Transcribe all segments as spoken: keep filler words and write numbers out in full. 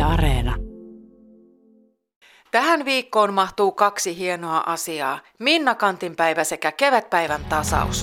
Areena. Tähän viikkoon mahtuu kaksi hienoa asiaa. Minna Kantinpäivä sekä kevätpäivän tasaus.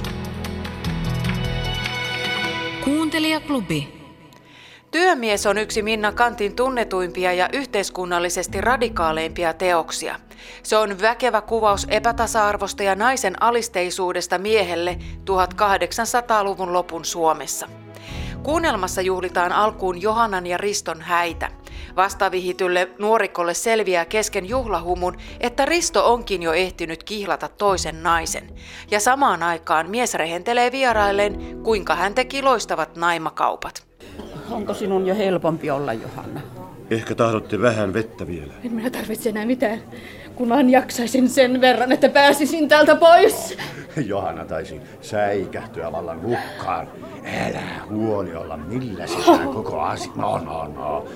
Kuuntelijaklubi. Työmies on yksi Minna Kantin tunnetuimpia ja yhteiskunnallisesti radikaaleimpia teoksia. Se on väkevä kuvaus epätasa-arvosta ja naisen alisteisuudesta miehelle tuhatkahdeksansataaluvun lopun Suomessa. Kuunnelmassa juhlitaan alkuun Johannan ja Riston häitä. Vastavihitylle nuorikolle selviää kesken juhlahumun, että Risto onkin jo ehtinyt kihlata toisen naisen. Ja samaan aikaan mies rehentelee vierailleen, kuinka hän teki loistavat naimakaupat. Onko sinun jo helpompi olla, Johanna? Ehkä tahdotte vähän vettä vielä. En minä tarvitse enää mitään, kun vaan jaksaisin sen verran, että pääsisin täältä pois. Johanna taisi säikähtyä vallan hukkaan. Älä huoli olla millä sitä koko asia. No, no, no.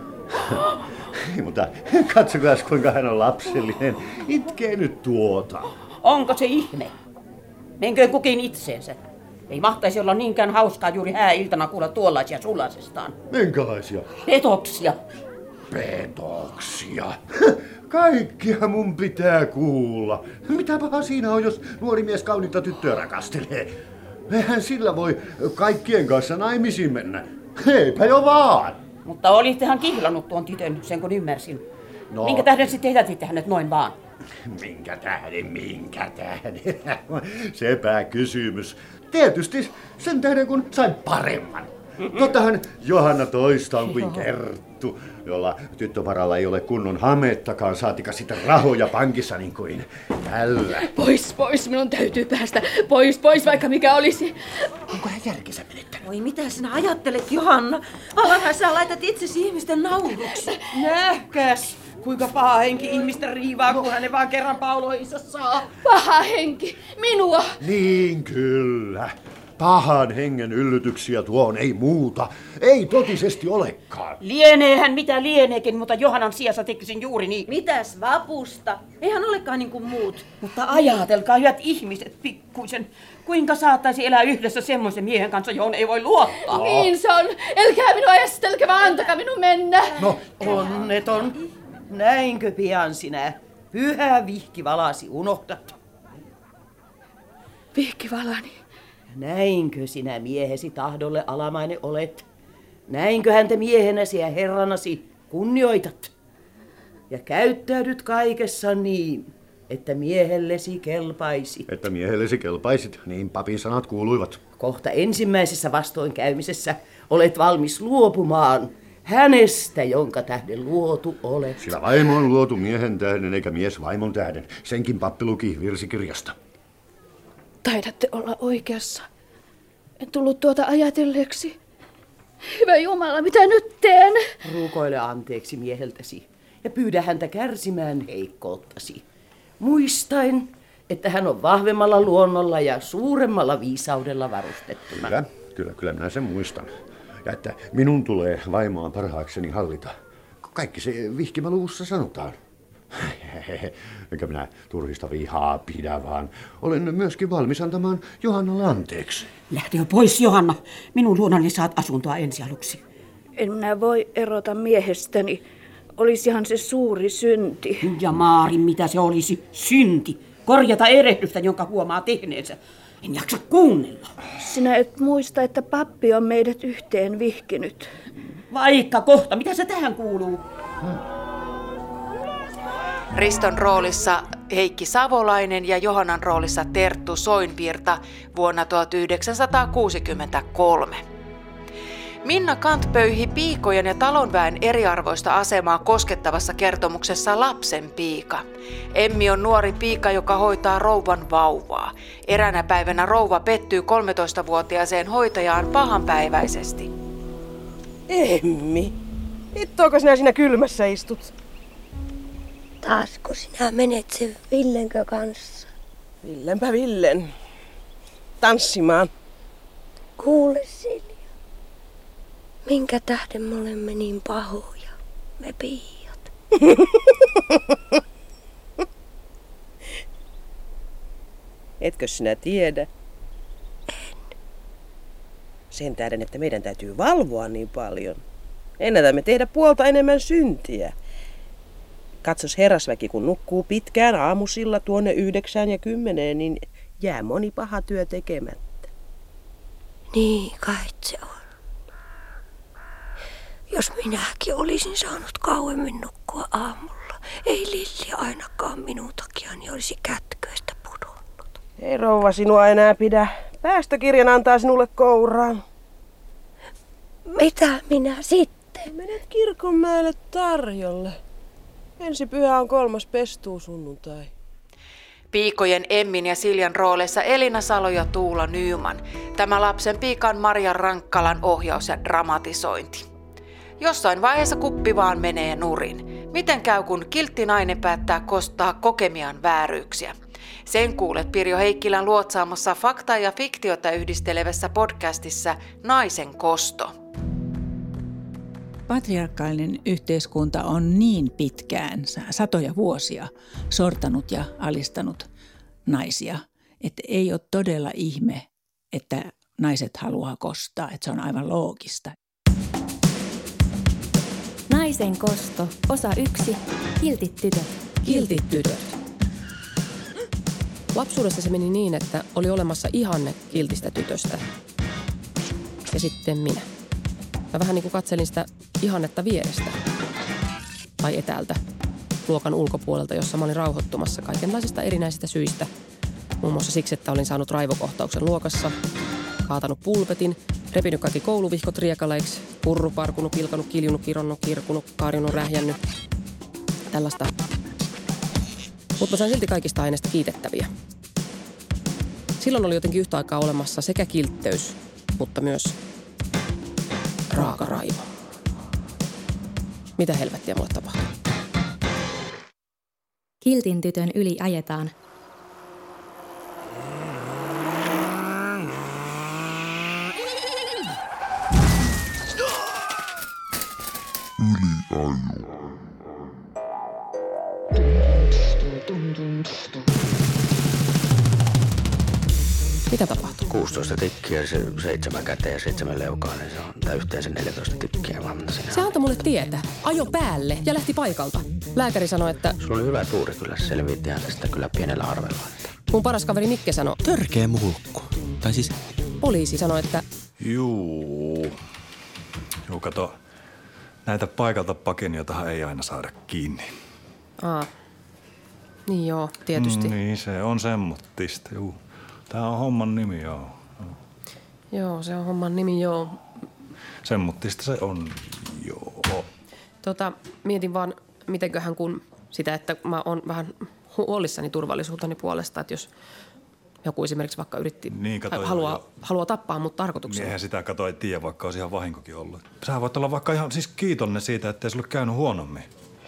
Mutta katsokaa, kuinka hän on lapsellinen. Itkee nyt tuota. Onko se ihme? Menköön kukin itseensä. Ei mahtaisi olla niinkään hauskaa juuri hääiltana kuulla tuollaisia sulasestaan. Minkälaisia? Petoksia. Petoksia? Kaikkia mun pitää kuulla. Mitä paha siinä on, jos nuori mies kauniita tyttöä rakastelee? Eihän sillä voi kaikkien kanssa naimisiin mennä. Heipä jo vaan. Mutta olittehan kihlannut tuon tytön, sen kun ymmärsin. No. Minkä tähden sitten hetätitte hänet noin vaan? Minkä tähden, minkä tähden? Sepä kysymys. Tietysti sen tähden, kun sain paremman. Tottahan Johanna toista on kuin kerttu, jolla tyttöparalla ei ole kunnon hamettakaan, saatika sitten rahoja pankissa niin kuin tällä. Pois, pois, minun täytyy päästä. Pois, pois, vaikka mikä olisi. Onko hän järkensä menettänyt? Oi, mitä sinä ajattelet, Johanna? Valahan sä laitat itsesi ihmisten nauruksi. Nähkäs, kuinka paha henki ihmistä riivaa, kun hänen vaan kerran pauloihinsa saa. Paha henki, minua. Niin kyllä. Pahan hengen yllytyksiä tuon ei muuta. Ei totisesti olekaan. Lieneehän mitä lieneekin, mutta Johannan sijassa tekisin juuri niin. Mitäs vapusta? Eihän olekaan niin kuin muut. Mutta ajatelkaa, hyvät ihmiset, pikkuisen. Kuinka saattaisi elää yhdessä semmoisen miehen kanssa, johon ei voi luottaa? No. Niin se on. Älkää minua estelkää, vaan antakaa minun mennä. No, onneton. Näinkö pian sinä, pyhä vihkivalasi, unohdat? Vihkivalani. Näinkö sinä miehesi tahdolle alamainen olet? Näinkö häntä miehenäsi ja herranasi kunnioitat? Ja käyttäydyt kaikessa niin, että miehellesi kelpaisi. Että miehellesi kelpaisit, niin papin sanat kuuluivat. Kohta ensimmäisessä vastoinkäymisessä olet valmis luopumaan hänestä, jonka tähden luotu olet. Sillä vaimo on luotu miehen tähden eikä mies vaimon tähden. Senkin pappi luki virsikirjasta. Taidatte olla oikeassa. En tullut tuota ajatelleeksi. Hyvä Jumala, mitä nyt teen? Rukoile anteeksi mieheltäsi ja pyydä häntä kärsimään heikkouttasi. Muistaen, että hän on vahvemmalla luonnolla ja suuremmalla viisaudella varustettuna. Kyllä, kyllä, kyllä minä sen muistan. Ja että minun tulee vaimoa parhaakseni hallita. Kaikki se vihkimäluvussa sanotaan. Enkä minä turhista vihaa pidä, vaan olen myöskin valmis antamaan Johannalle anteeksi. Lähde jo pois, Johanna. Minun luonani saat asuntoa ensi aluksi. En minä voi erota miehestäni. Olisihan se suuri synti. Ja Maari, mitä se olisi? Synti. Korjata erehdystä, jonka huomaa tehneensä. En jaksa kuunnella. Sinä et muista, että pappi on meidät yhteen vihkinyt. Vaikka kohta. Mitä se tähän kuuluu? Riston roolissa Heikki Savolainen ja Johannan roolissa Terttu Soinvirta vuonna tuhatyhdeksänsataakuusikymmentäkolme. Minna Kant pöyhi piikojen ja talonväen eriarvoista asemaa koskettavassa kertomuksessa Lapsen piika. Emmi on nuori piika, joka hoitaa rouvan vauvaa. Eräänä päivänä rouva pettyy kolmetoistavuotiaaseen hoitajaan pahanpäiväisesti. Emmi, hittoako sinä siinä kylmässä istut? Taasko sinä menet sen Villenkö kanssa? Villenpä Villen. Tanssimaan. Kuule Silja, minkä tähden me olemme niin pahoja, me piiat? Etkö sinä tiedä? En. Sen tähden, että meidän täytyy valvoa niin paljon. Ennätä me tehdä puolta enemmän syntiä. Katsos herrasväki, kun nukkuu pitkään aamusilla tuonne yhdeksään ja kymmeneen, niin jää moni paha työ tekemättä. Niin kai se on. Jos minäkin olisin saanut kauemmin nukkua aamulla, ei Lilli ainakaan minun takiani olisi kätköistä pudonnut. Ei rouva sinua enää pidä. Päästökirjan antaa sinulle kouraan. Mitä minä sitten? Menet Kirkonmäelle Tarjolle. Ensi pyhä on kolmas pestuusunnuntai. Piikojen Emmin ja Siljan rooleissa Elina Salo ja Tuula Nyman. Tämä lapsen piikan Marja Rankkalan ohjaus ja dramatisointi. Jossain vaiheessa kuppi vaan menee nurin. Miten käy, kun kiltti nainen päättää kostaa kokemiaan vääryyksiä? Sen kuulet Pirjo Heikkilän luotsaamassa faktaa ja fiktiota yhdistelevässä podcastissa Naisen kosto. Patriarkaalinen yhteiskunta on niin pitkään, satoja vuosia, sortanut ja alistanut naisia, että ei ole todella ihme, että naiset haluaa kostaa, että se on aivan loogista. Naisen kosto, osa yksi, kiltit tytöt. Kiltit tytöt. Lapsuudessa se meni niin, että oli olemassa ihanne kiltistä tytöstä. Ja sitten minä. Mä vähän niin kuin katselin sitä ihannetta vierestä. Tai etäältä. Luokan ulkopuolelta, jossa mä olin rauhoittumassa kaikenlaisista erinäisistä syistä. Muun muassa siksi, että olin saanut raivokohtauksen luokassa, kaatanut pulpetin, repinyt kaikki kouluvihkot riekaleiksi, purruparkunut, pilkanut, kiljunut, kironnut, kirkunut, kaarjunut, rähjännyt. Tällaista. Mutta mä sain silti kaikista aineista kiitettäviä. Silloin oli jotenkin yhtä aikaa olemassa sekä kiltteys, mutta myös raaka raivo. Mitä helvettiä mulle tapahtui? Kiltin tytön yli ajetaan. Mitä tapahtuu? kuusitoista tikkiä, se seitsemän käteen ja seitsemän leukaa, niin se on tää yhteensä neljätoista tikkiä. Se antoi mulle tietä, ajo päälle ja lähti paikalta. Lääkäri sanoi, että sulla oli hyvä tuuri kyllä, selviittihän tästä kyllä pienellä arvella. Että mun paras kaveri Mikke sanoi, törkeä mulkku. Tai siis poliisi sanoi, että juu. Juu, kato. Näitä paikalta pakeniotahan ei aina saada kiinni. Aa. Niin joo, tietysti. Mm, niin, se on semmottista, juu. Tää on homman nimi, joo. Joo, se on homman nimi, joo. Semmottista se on, joo. Tota, mietin vaan, mitenköhän kun sitä, että mä oon vähän huolissani turvallisuuteni puolesta, että jos joku esimerkiksi vaikka yritti, niin, kato, haluaa, jo. haluaa tappaa mut tarkoituksena. Eihän sitä kato ei tiedä, vaikka olisi ihan vahinkokin ollut. Sä voit olla vaikka ihan siis kiitollinen siitä, ettei sulle käynyt huonommin.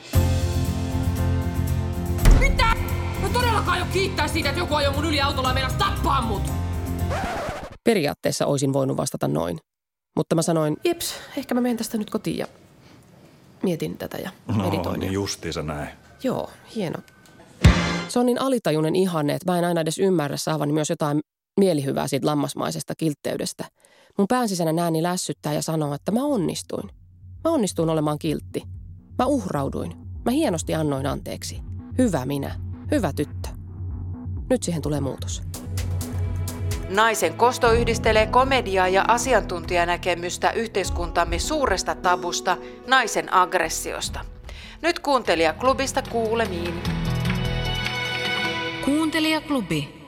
Mitä? Mä todellakaan jo kiittää siitä, että joku ajoi mun yli autolla ja meinas tappaa mut. Periaatteessa olisin voinut vastata noin. Mutta mä sanoin, jeps, ehkä mä menen tästä nyt kotiin ja mietin tätä ja meditoin. No, niin justiinsa näin. Joo, hieno. Se on niin alitajuinen ihanne, että mä en aina edes ymmärrä saavani myös jotain mielihyvää siitä lammasmaisesta kiltteydestä. Mun pään sisäinen ääni lässyttää ja sanoo, että mä onnistuin. Mä onnistuin olemaan kiltti. Mä uhrauduin. Mä hienosti annoin anteeksi. Hyvä minä. Hyvä tyttö. Nyt siihen tulee muutos. Naisen kosto yhdistelee komediaa ja asiantuntijanäkemystä yhteiskuntamme suuresta tabusta, naisen aggressiosta. Nyt Kuuntelijaklubista kuulemiin. Kuuntelijaklubi.